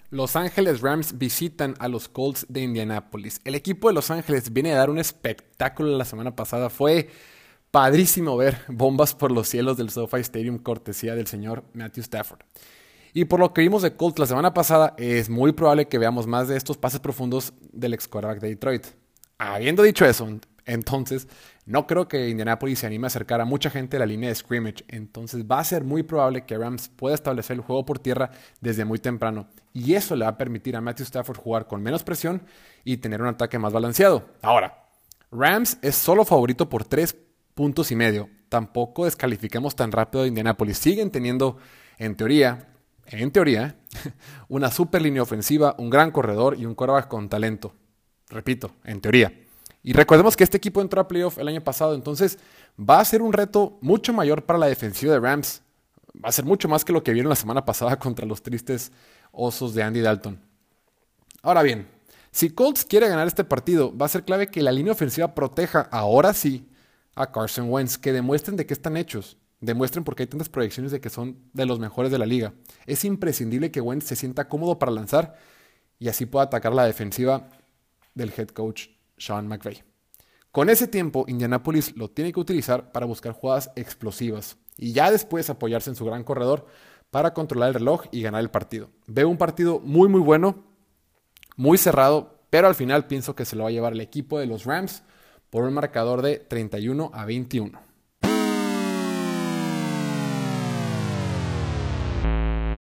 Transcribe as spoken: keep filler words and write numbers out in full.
Los Ángeles Rams visitan a los Colts de Indianápolis. El equipo de Los Ángeles viene a dar un espectáculo la semana pasada. Fue padrísimo ver bombas por los cielos del SoFi Stadium, cortesía del señor Matthew Stafford. Y por lo que vimos de Colts la semana pasada, es muy probable que veamos más de estos pases profundos del ex quarterback de Detroit. Habiendo dicho eso, entonces no creo que Indianapolis se anime a acercar a mucha gente a la línea de scrimmage. Entonces va a ser muy probable que Rams pueda establecer el juego por tierra desde muy temprano. Y eso le va a permitir a Matthew Stafford jugar con menos presión y tener un ataque más balanceado. Ahora, Rams es solo favorito por tres puntos y medio. Tampoco descalifiquemos tan rápido a Indianapolis. Siguen teniendo, en teoría, en teoría, una super línea ofensiva, un gran corredor y un quarterback con talento. Repito, en teoría. Y recordemos que este equipo entró a playoff el año pasado, entonces va a ser un reto mucho mayor para la defensiva de Rams. Va a ser mucho más que lo que vieron la semana pasada contra los tristes Osos de Andy Dalton. Ahora bien, si Colts quiere ganar este partido, va a ser clave que la línea ofensiva proteja, ahora sí, a Carson Wentz, que demuestren de qué están hechos. Demuestren porque hay tantas proyecciones de que son de los mejores de la liga. Es imprescindible que Wentz se sienta cómodo para lanzar y así pueda atacar la defensiva del head coach Sean McVay. Con ese tiempo, Indianapolis lo tiene que utilizar para buscar jugadas explosivas y ya después apoyarse en su gran corredor para controlar el reloj y ganar el partido. Veo un partido muy muy bueno, muy cerrado, pero al final pienso que se lo va a llevar el equipo de los Rams por un marcador de treinta y uno a veintiuno.